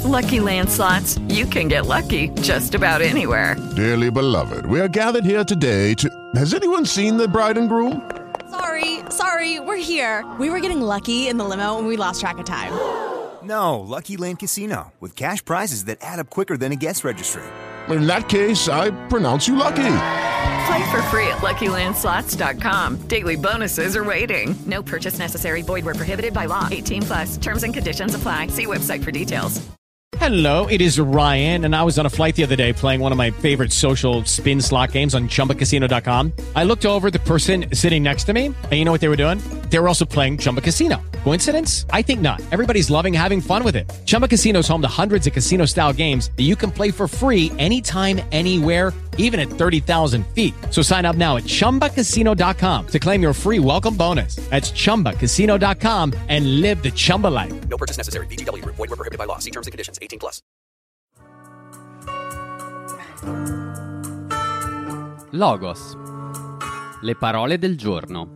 Lucky Land Slots, you can get lucky just about anywhere. Dearly beloved, we are gathered here today to... Has anyone seen the bride and groom? Sorry, we're here. We were getting lucky in the limo and we lost track of time. No, Lucky Land Casino, with cash prizes that add up quicker than a guest registry. In that case, I pronounce you lucky. Play for free at LuckyLandSlots.com. Daily bonuses are waiting. No purchase necessary. Void where prohibited by law. 18+. Terms and conditions apply. See website for details. Hello, it is Ryan, and I was on a flight the other day playing one of my favorite social spin slot games on ChumbaCasino.com. I looked over at the person sitting next to me, and you know what they were doing? They were also playing Chumba Casino. Coincidence? I think not. Everybody's loving having fun with it. Chumba Casino is home to hundreds of casino-style games that you can play for free anytime, anywhere, even at 30,000 feet. So sign up now at ChumbaCasino.com to claim your free welcome bonus. That's ChumbaCasino.com and live the Chumba life. No purchase necessary. VGW. Void where prohibited by law. See terms and conditions. 18+. Logos. Le parole del giorno.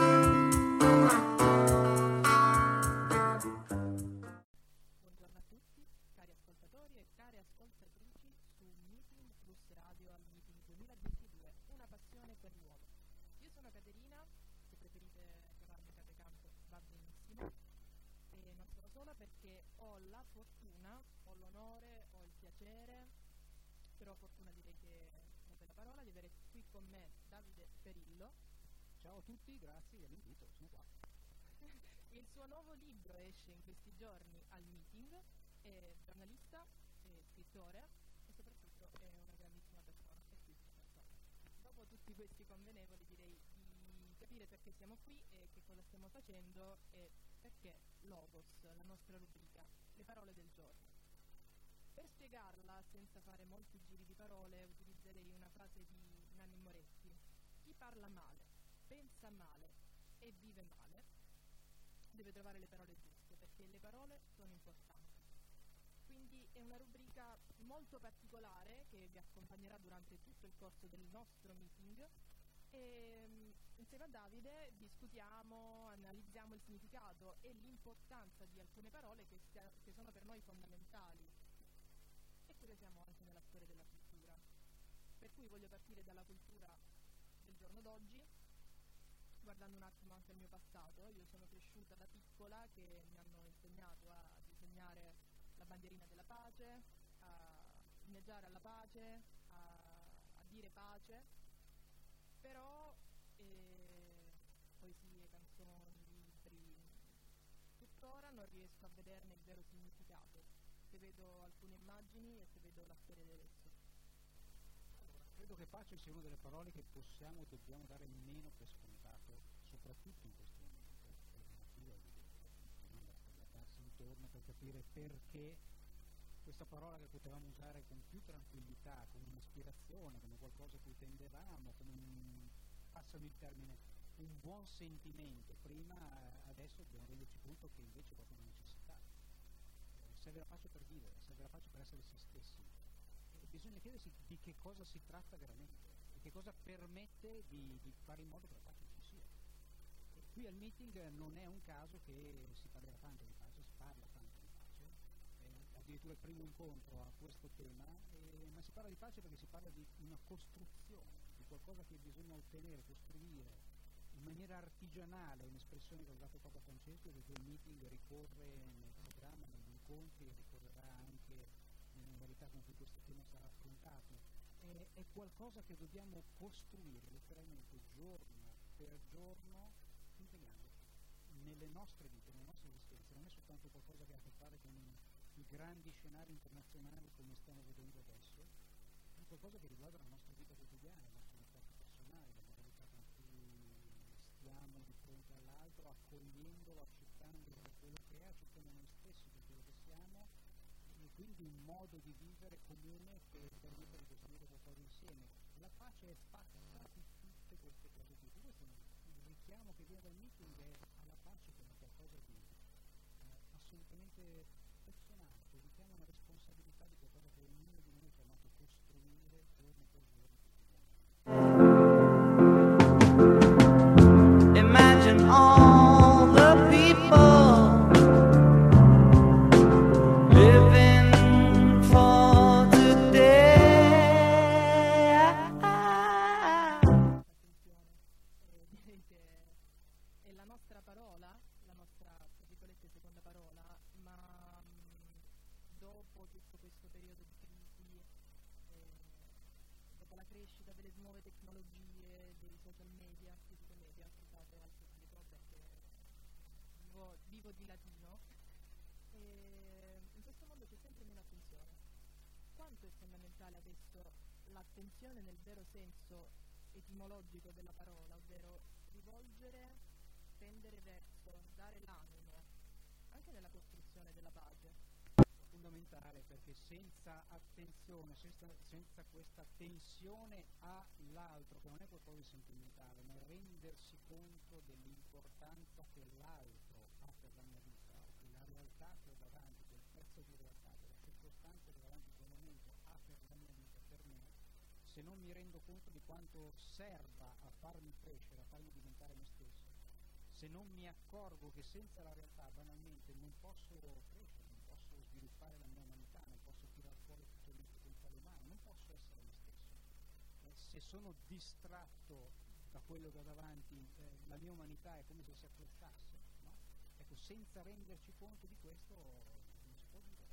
Buongiorno a tutti, cari ascoltatori e care ascoltatrici su Meeting Plus Radio al Meeting 2022, una passione per l'uomo. Io sono Caterina, se preferite chiamarmi Catecampo va benissimo, e non sono sola perché ho la fortuna, ho l'onore, ho il piacere, però fortuna direi che è una bella parola, di avere qui con me Davide Perillo. Ciao a tutti, grazie dell'invito, sono qua. Il suo nuovo libro esce in questi giorni al Meeting, è giornalista, è scrittore e soprattutto è una grandissima persona. E quindi, insomma, dopo tutti questi convenevoli direi di capire perché siamo qui e che cosa stiamo facendo e perché Logos, la nostra rubrica, le parole del giorno. Per spiegarla senza fare molti giri di parole utilizzerei una frase di Nanni Moretti: chi parla male, pensa male e vive male deve trovare le parole giuste, perché le parole sono importanti. Quindi è una rubrica molto particolare che vi accompagnerà durante tutto il corso del nostro meeting e insieme a Davide discutiamo, analizziamo il significato e l'importanza di alcune parole che sono per noi fondamentali. Eppure siamo anche nella storia della cultura. Per cui voglio partire dalla cultura del giorno d'oggi, guardando un attimo anche il mio passato. Io sono cresciuta da piccola che mi hanno insegnato a disegnare la bandierina della pace, a inneggiare alla pace, a dire pace, però poesie, canzoni, libri, tuttora non riesco a vederne il vero significato, se vedo alcune immagini e se vedo la storia di adesso. Credo che pace sia una delle parole che possiamo e dobbiamo dare meno per scontato, soprattutto in questo momento. È relativo a vedere, basta guardarsi intorno per capire perché questa parola che potevamo usare con più tranquillità, come un'ispirazione, come qualcosa a cui tendevamo, come passami il termine, un buon sentimento prima, adesso dobbiamo renderci conto che invece è proprio una necessità. Serve la pace per vivere, serve la pace per essere se stessi. Bisogna chiedersi di che cosa si tratta veramente e che cosa permette di fare in modo che la pace ci sia. E qui al meeting non è un caso che si parlerà tanto di pace, si parla tanto di pace, addirittura il primo incontro a questo tema, ma si parla di pace perché si parla di una costruzione, di qualcosa che bisogna ottenere, costruire in maniera artigianale, un'espressione che ha usato Papa Francesco, che il meeting ricorre nel programma, negli incontri, e ricorrerà anche nelle modalità con cui questo tema sarà affrontato. È qualcosa che dobbiamo costruire letteralmente giorno per giorno, impegnandoci nelle nostre vite, nelle nostre esistenze. Non è soltanto qualcosa che ha a che fare con i grandi scenari internazionali come stiamo vedendo adesso, è qualcosa che riguarda la nostra vita quotidiana, i nostri rapporti personali, la modalità con cui stiamo di fronte all'altro, accogliendolo, accettandolo per quello che è, accettando noi stessi per quello che siamo, e quindi un modo di vivere comune che permette di costruire qualcosa insieme. La pace è fatta di tutte queste cose qui. Questo è il richiamo che viene dal meeting è alla pace come qualcosa di assolutamente personale, che richiama una responsabilità di qualcosa che ognuno di noi è chiamato a costruire giorno per giorno quotidianamente. Imagine all the people living tutto questo periodo di crisi, dopo la crescita delle nuove tecnologie, dei social media, io dico media, scusate al pubblico perché vivo di latino, e in questo mondo c'è sempre meno attenzione. Quanto è fondamentale adesso l'attenzione nel vero senso etimologico della parola, ovvero rivolgere, tendere verso, dare l'animo, anche nella costruzione della pace? Fondamentale, perché senza attenzione, senza questa attenzione all'altro, che non è qualcosa di sentimentale, ma è rendersi conto dell'importanza che l'altro ha per la mia vita, che la realtà che ho davanti, quel pezzo di realtà, quella circostanza che davanti in quel momento ha per la mia vita, per me, se non mi rendo conto di quanto serva a farmi crescere, a farmi diventare me stesso, se non mi accorgo che senza la realtà banalmente non posso crescere, non posso sviluppare la mia umanità, non posso tirar fuori tutto il mio potenziale umano, non posso essere me stesso. Se sono distratto da quello che ho davanti, la mia umanità è come se si afflettasse, no? Ecco, senza renderci conto di questo non si può vivere.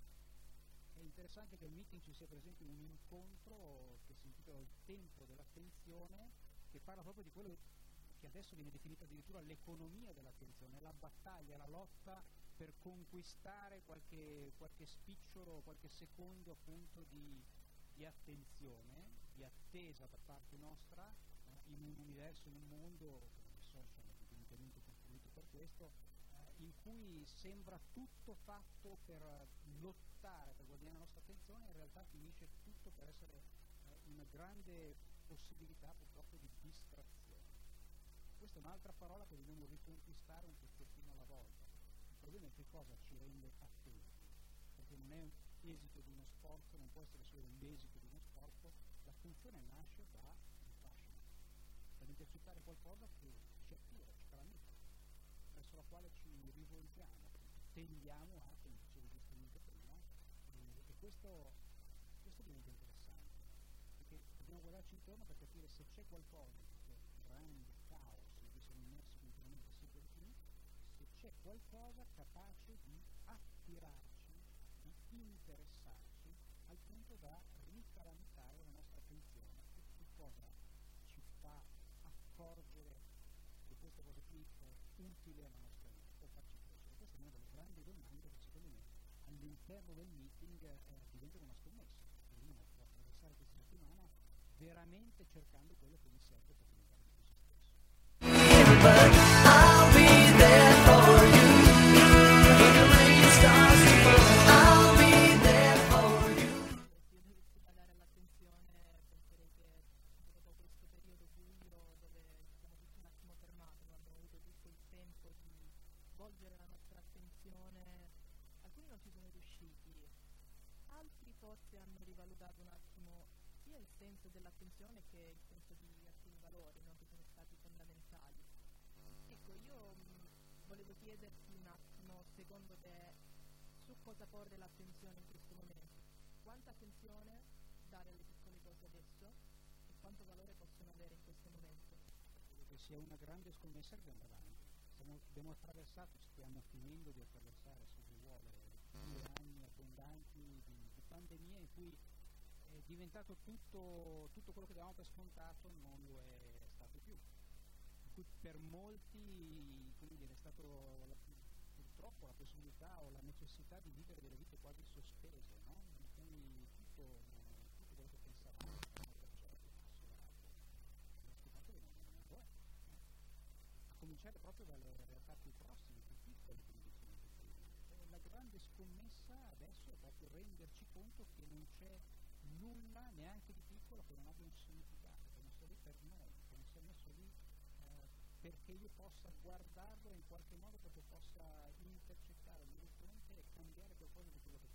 È interessante che al meeting ci sia per esempio un incontro che si intitola Il tempo dell'attenzione, che parla proprio di quello che adesso viene definita addirittura l'economia dell'attenzione, la battaglia, la lotta per conquistare qualche spicciolo, qualche secondo appunto di attenzione, di attesa da parte nostra, in un universo, in un mondo, che i social sono evidentemente costruiti per questo, in cui sembra tutto fatto per lottare, per guadagnare la nostra attenzione, in realtà finisce tutto per essere una grande possibilità purtroppo di distrazione. Questa è un'altra parola che dobbiamo riconquistare un pezzettino alla volta. Il problema è che cosa ci rende attenti, perché non è un esito di uno sforzo, non può essere solo l'esito di uno sforzo, l'attenzione nasce da un fascino, dall'intercettare qualcosa che ci attira, ci calamita, verso la quale ci rivolgiamo, tendiamo a, come dicevi giustamente prima, e questo diventa interessante, perché dobbiamo guardarci intorno per capire se c'è qualcosa in questo grande caos in cui siamo immersi continuamente secoli finiti, se c'è qualcosa capace di attirarci, di interessarci, al punto da ricalamitare la nostra attenzione. Che cosa ci fa accorgere che questa cosa qui è utile alla nostra vita, può farci crescere? Questa è una delle grandi domande che secondo me all'interno del meeting diventano una scommessa, che uno può attraversare questa settimana veramente cercando quello che gli serve per diventare di più se stesso. Volgere la nostra attenzione, alcuni non ci sono riusciti, altri forse hanno rivalutato un attimo sia il senso dell'attenzione che il senso di alcuni valori, no, che sono stati fondamentali. Ecco, io volevo chiederti un attimo, secondo te, su cosa porre l'attenzione in questo momento. Quanta attenzione dare alle piccole cose adesso e quanto valore possono avere in questo momento? Credo che sia una grande scommessa che abbiamo davanti. Abbiamo attraversato, stiamo finendo di attraversare, se si vuole, 2 anni abbondanti di pandemia in cui è diventato tutto quello che davamo per scontato non lo è stato più. In cui per molti, come dire, è stato purtroppo la possibilità o la necessità di vivere delle vite quasi sospese, no? In cui tutto quello che pensavamo cominciare proprio dalle realtà più prossime, più piccole, come dicevamo prima. La grande scommessa adesso è proprio renderci conto che non c'è nulla, neanche di piccolo, che non abbia un significato, che non sia lì per noi, che non sia messo lì perché io possa guardarlo in qualche modo, perché possa intercettare il mio orizzonte e cambiare qualcosa di quello che